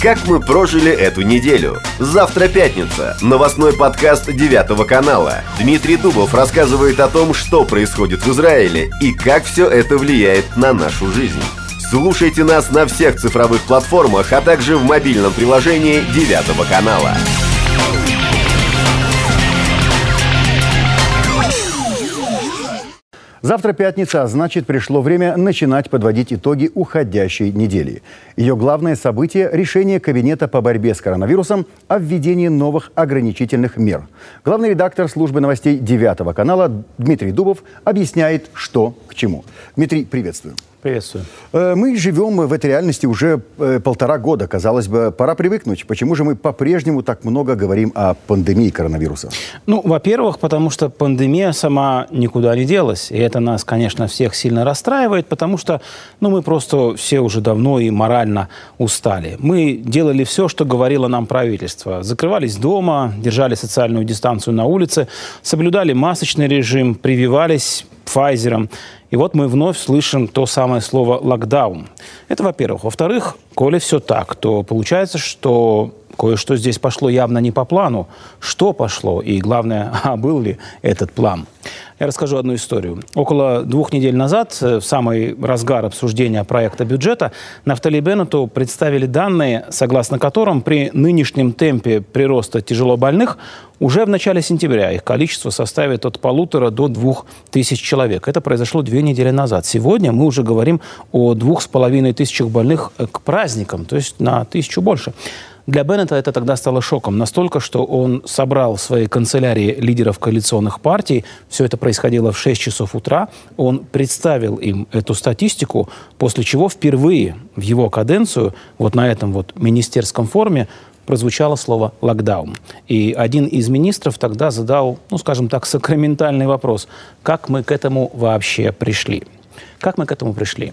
как мы прожили эту неделю. Завтра пятница. Новостной подкаст 9 канала. Дмитрий Дубов рассказывает о том, что происходит в Израиле и как все это влияет на нашу жизнь. Слушайте нас на всех цифровых платформах, а также в мобильном приложении 9 канала. Завтра пятница, а значит, пришло время начинать подводить итоги уходящей недели. Ее главное событие – решение Кабинета по борьбе с коронавирусом о введении новых ограничительных мер. Главный редактор службы новостей 9 канала Дмитрий Дубов объясняет, что к чему. Дмитрий, приветствую. Приветствую. Мы живем в этой реальности уже 1,5 года. Казалось бы, пора привыкнуть. Почему же мы по-прежнему так много говорим о пандемии коронавируса? Ну, во-первых, потому что пандемия сама никуда не делась. И это нас, конечно, всех сильно расстраивает, потому что мы просто все уже давно и морально устали. Мы делали все, что говорило нам правительство. Закрывались дома, держали социальную дистанцию на улице, соблюдали масочный режим, прививались Pfizer'ом. И вот мы вновь слышим то самое слово «локдаун». Это во-первых. Во-вторых, коли все так, то получается, что кое-что здесь пошло явно не по плану. Что пошло? И главное, был ли этот план? Я расскажу одну историю. Около 2 недель назад, в самый разгар обсуждения проекта бюджета, Нафтали Беннету представили данные, согласно которым при нынешнем темпе прироста тяжелобольных уже в начале сентября их количество составит от 1500 до 2000 человек. Это произошло 2 недели назад. Сегодня мы уже говорим о 2500 больных к праздникам, то есть на 1000 больше. Для Беннета это тогда стало шоком. Настолько, что он собрал в своей канцелярии лидеров коалиционных партий. Все это происходило в 6 часов утра. Он представил им эту статистику, после чего впервые в его каденцию, вот на этом вот министерском форуме, прозвучало слово «локдаун». И один из министров тогда задал, скажем так, сакраментальный вопрос. Как мы к этому вообще пришли? Как мы к этому пришли?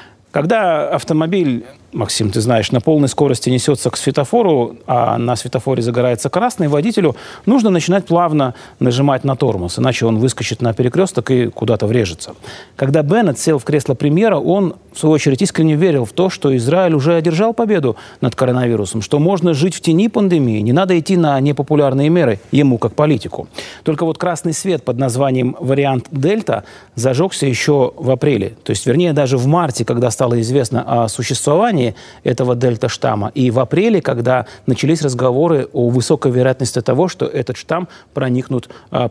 Когда автомобиль, Максим, ты знаешь, на полной скорости несется к светофору, а на светофоре загорается красный, водителю нужно начинать плавно нажимать на тормоз, иначе он выскочит на перекресток и куда-то врежется. Когда Беннет сел в кресло премьера, он, в свою очередь, искренне верил в то, что Израиль уже одержал победу над коронавирусом, что можно жить в тени пандемии, не надо идти на непопулярные меры ему как политику. Только вот красный свет под названием «Вариант Дельта» зажегся еще в апреле, то есть, вернее, даже в марте, когда стало известно о существовании этого дельта-штамма, и в апреле, когда начались разговоры о высокой вероятности того, что этот штамм проникнет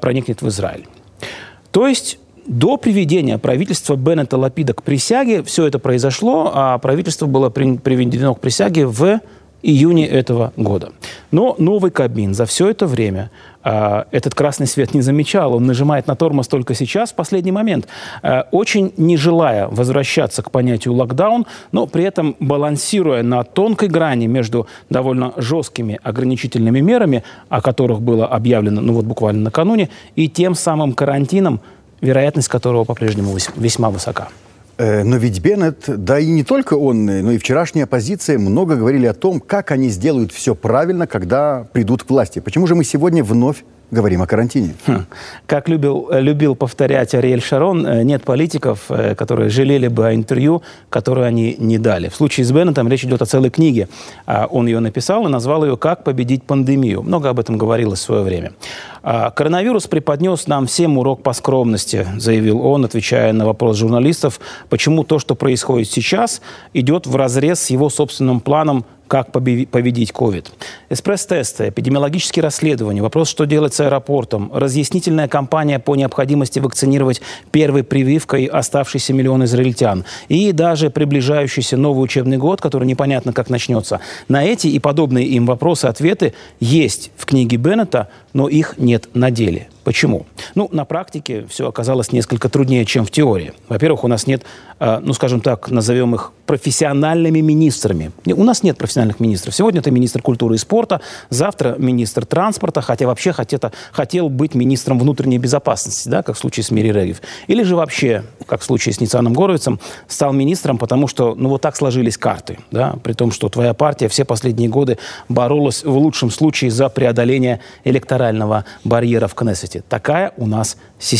в Израиль. То есть до приведения правительства Беннета-Лапида к присяге все это произошло, а правительство было приведено к присяге в июне этого года. Но новый Кабмин за все это время этот красный свет не замечал. Он нажимает на тормоз только сейчас, в последний момент, очень не желая возвращаться к понятию локдаун, но при этом балансируя на тонкой грани между довольно жесткими ограничительными мерами, о которых было объявлено буквально накануне, и тем самым карантином, вероятность которого по-прежнему весьма высока. Но ведь Беннет, да и не только он, но и вчерашняя оппозиция много говорили о том, как они сделают все правильно, когда придут к власти. Почему же мы сегодня вновь говорим о карантине? Как любил повторять Ариэль Шарон, нет политиков, которые жалели бы о интервью, которое они не дали. В случае с Беннетом речь идет о целой книге. Он ее написал и назвал ее «Как победить пандемию». Много об этом говорилось в свое время. «Коронавирус преподнес нам всем урок по скромности», заявил он, отвечая на вопрос журналистов, почему то, что происходит сейчас, идет вразрез с его собственным планом как победить ковид. Экспресс-тесты, эпидемиологические расследования, вопрос, что делать с аэропортом, разъяснительная кампания по необходимости вакцинировать первой прививкой оставшийся миллион израильтян и даже приближающийся новый учебный год, который непонятно как начнется. На эти и подобные им вопросы-ответы есть в книге Беннета, но их нет на деле. Почему? На практике все оказалось несколько труднее, чем в теории. Во-первых, у нас нет, скажем так, назовем их профессиональными министрами. У нас нет профессиональных министров. Сегодня это министр культуры и спорта, завтра министр транспорта, хотя вообще хотел быть министром внутренней безопасности, да, как в случае с Мири Регев. Или же вообще, как в случае с Ницаном Горовицем, стал министром, потому что, вот так сложились карты, да, при том, что твоя партия все последние годы боролась в лучшем случае за преодоление электорального барьера в Кнессете. Такая у нас система.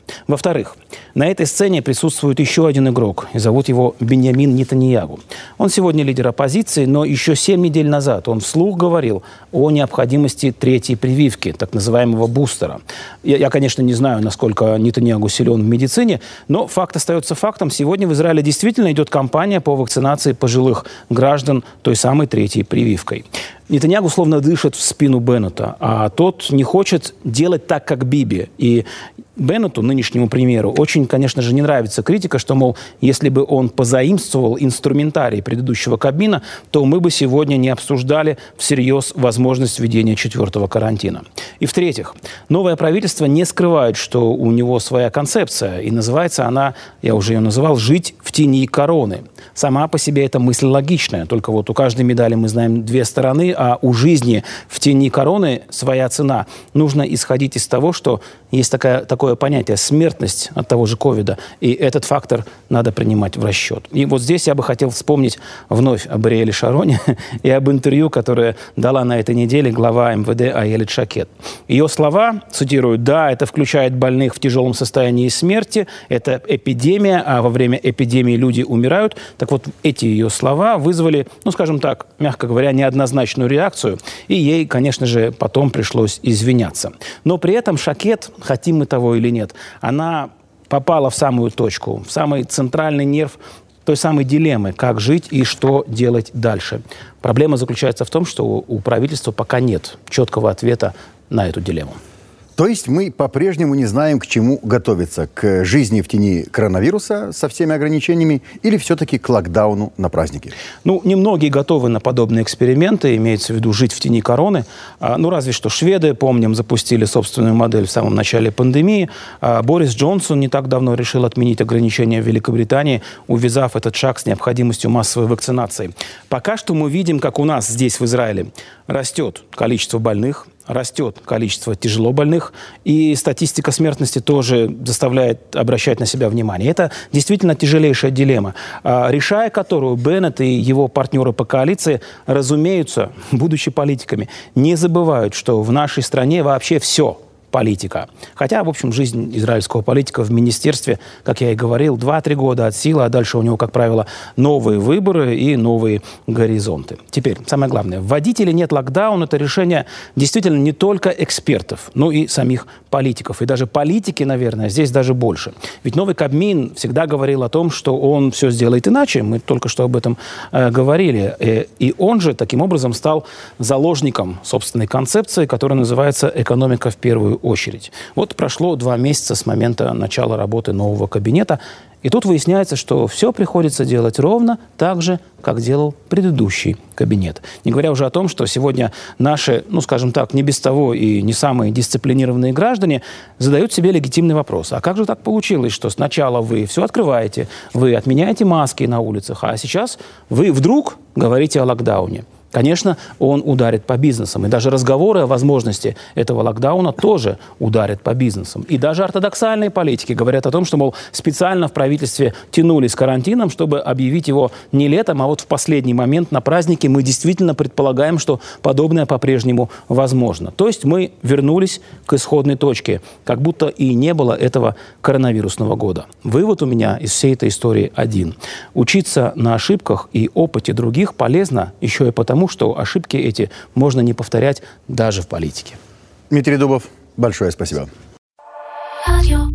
Во-вторых, на этой сцене присутствует еще один игрок, и зовут его Биньямин Нетаньяху. Он сегодня лидер оппозиции, но еще 7 недель назад он вслух говорил о необходимости третьей прививки, так называемого бустера. Я, конечно, не знаю, насколько Нетаньяху силен в медицине, но факт остается фактом. Сегодня в Израиле действительно идет кампания по вакцинации пожилых граждан той самой третьей прививкой. Нетаньяху словно дышит в спину Беннета, а тот не хочет делать так, как Биби. И Беннету, нынешнему премьеру, очень, конечно же, не нравится критика, что, мол, если бы он позаимствовал инструментарий предыдущего Кабмина, то мы бы сегодня не обсуждали всерьез возможность введения 4-го карантина. И в-третьих, новое правительство не скрывает, что у него своя концепция, и называется она, я уже ее называл, «Жить в тени короны». Сама по себе эта мысль логичная, только вот у каждой медали мы знаем две стороны, а у жизни в тени короны своя цена. Нужно исходить из того, что есть такое понятие смертность от того же ковида, и этот фактор надо принимать в расчет. И вот здесь я бы хотел вспомнить вновь об Ариэле Шароне и об интервью, которое дала на этой неделе глава МВД Аелет Шакед. Ее слова, цитирую, «Да, это включает больных в тяжелом состоянии смерти, это эпидемия, а во время эпидемии люди умирают». Так вот, эти ее слова вызвали, ну, скажем так, мягко говоря, неоднозначную реакцию, и ей, конечно же, потом пришлось извиняться. Но при этом Шакед, хотим мы того или нет, она попала в самую точку, в самый центральный нерв той самой дилеммы, как жить и что делать дальше. Проблема заключается в том, что у правительства пока нет четкого ответа на эту дилемму. То есть мы по-прежнему не знаем, к чему готовиться. К жизни в тени коронавируса со всеми ограничениями или все-таки к локдауну на праздники? Ну, немногие готовы на подобные эксперименты, имеется в виду жить в тени короны. Ну, разве что шведы, помним, запустили собственную модель в самом начале пандемии. Борис Джонсон не так давно решил отменить ограничения в Великобритании, увязав этот шаг с необходимостью массовой вакцинации. Пока что мы видим, как у нас здесь, в Израиле, растет количество больных, растет количество тяжело больных, и статистика смертности тоже заставляет обращать на себя внимание. Это действительно тяжелейшая дилемма, решая которую Беннет и его партнеры по коалиции, разумеется, будучи политиками, не забывают, что в нашей стране вообще все политика. Хотя, в общем, жизнь израильского политика в министерстве, как я и говорил, 2-3 года от силы, а дальше у него, как правило, новые выборы и новые горизонты. Теперь, самое главное, вводить или нет локдаун – это решение действительно не только экспертов, но и самих политиков. И даже политики, наверное, здесь даже больше. Ведь новый Кабмин всегда говорил о том, что он все сделает иначе. Мы только что об этом говорили. И он же таким образом стал заложником собственной концепции, которая называется «Экономика в первую очередь». Вот прошло 2 месяца с момента начала работы нового кабинета, и тут выясняется, что все приходится делать ровно так же, как делал предыдущий кабинет. Не говоря уже о том, что сегодня наши, ну, скажем так, не без того и не самые дисциплинированные граждане задают себе легитимный вопрос. А как же так получилось, что сначала вы все открываете, вы отменяете маски на улицах, а сейчас вы вдруг говорите о локдауне? Конечно, он ударит по бизнесам. И даже разговоры о возможности этого локдауна тоже ударят по бизнесам. И даже ортодоксальные политики говорят о том, что, мол, специально в правительстве тянули с карантином, чтобы объявить его не летом, а вот в последний момент на празднике. Мы действительно предполагаем, что подобное по-прежнему возможно. То есть мы вернулись к исходной точке, как будто и не было этого коронавирусного года. Вывод у меня из всей этой истории один. Учиться на ошибках и опыте других полезно еще и потому, что ошибки эти можно не повторять даже в политике. Дмитрий Дубов, большое спасибо. Radio